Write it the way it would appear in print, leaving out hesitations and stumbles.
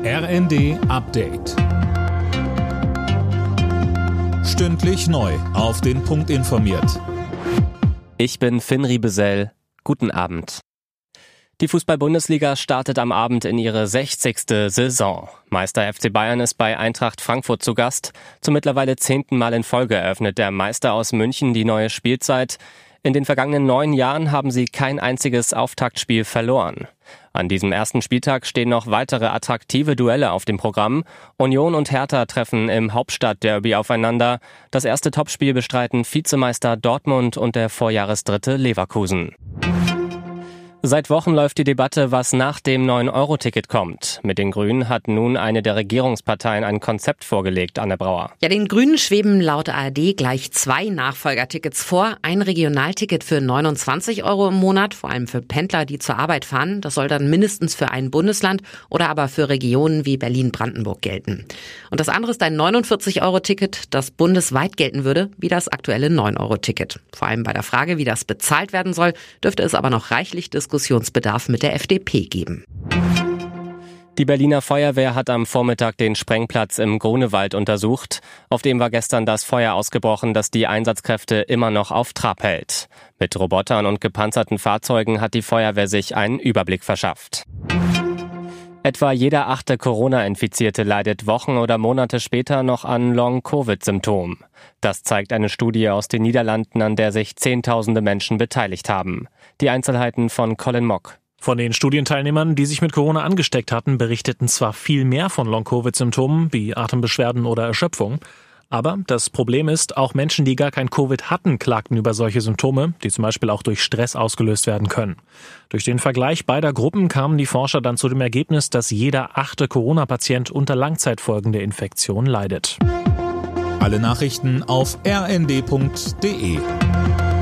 RND Update. Stündlich neu auf den Punkt informiert. Ich bin Finn Riebesell. Guten Abend. Die Fußball-Bundesliga startet am Abend in ihre 60. Saison. Meister FC Bayern ist bei Eintracht Frankfurt zu Gast. Zum mittlerweile 10. Mal in Folge eröffnet der Meister aus München die neue Spielzeit. In den vergangenen 9 Jahren haben sie kein einziges Auftaktspiel verloren. An diesem ersten Spieltag stehen noch weitere attraktive Duelle auf dem Programm. Union und Hertha treffen im Hauptstadtderby aufeinander. Das erste Topspiel bestreiten Vizemeister Dortmund und der Vorjahresdritte Leverkusen. Seit Wochen läuft die Debatte, was nach dem 9-Euro-Ticket kommt. Mit den Grünen hat nun eine der Regierungsparteien ein Konzept vorgelegt, Anne Brauer. Ja, den Grünen schweben laut ARD gleich 2 Nachfolgertickets vor. Ein Regionalticket für 29 Euro im Monat, vor allem für Pendler, die zur Arbeit fahren. Das soll dann mindestens für ein Bundesland oder aber für Regionen wie Berlin-Brandenburg gelten. Und das andere ist ein 49-Euro-Ticket, das bundesweit gelten würde, wie das aktuelle 9-Euro-Ticket. Vor allem bei der Frage, wie das bezahlt werden soll, dürfte es aber noch reichlich Diskussionsbedarf mit der FDP geben. Die Berliner Feuerwehr hat am Vormittag den Sprengplatz im Grunewald untersucht. Auf dem war gestern das Feuer ausgebrochen, das die Einsatzkräfte immer noch auf Trab hält. Mit Robotern und gepanzerten Fahrzeugen hat die Feuerwehr sich einen Überblick verschafft. Etwa jeder 8. Corona-Infizierte leidet Wochen oder Monate später noch an Long-Covid-Symptomen. Das zeigt eine Studie aus den Niederlanden, an der sich Zehntausende Menschen beteiligt haben. Die Einzelheiten von Colin Mock. Von den Studienteilnehmern, die sich mit Corona angesteckt hatten, berichteten zwar viel mehr von Long-Covid-Symptomen wie Atembeschwerden oder Erschöpfung. Aber das Problem ist, auch Menschen, die gar kein Covid hatten, klagten über solche Symptome, die zum Beispiel auch durch Stress ausgelöst werden können. Durch den Vergleich beider Gruppen kamen die Forscher dann zu dem Ergebnis, dass jeder 8. Corona-Patient unter Langzeitfolgen der Infektion leidet. Alle Nachrichten auf rnd.de.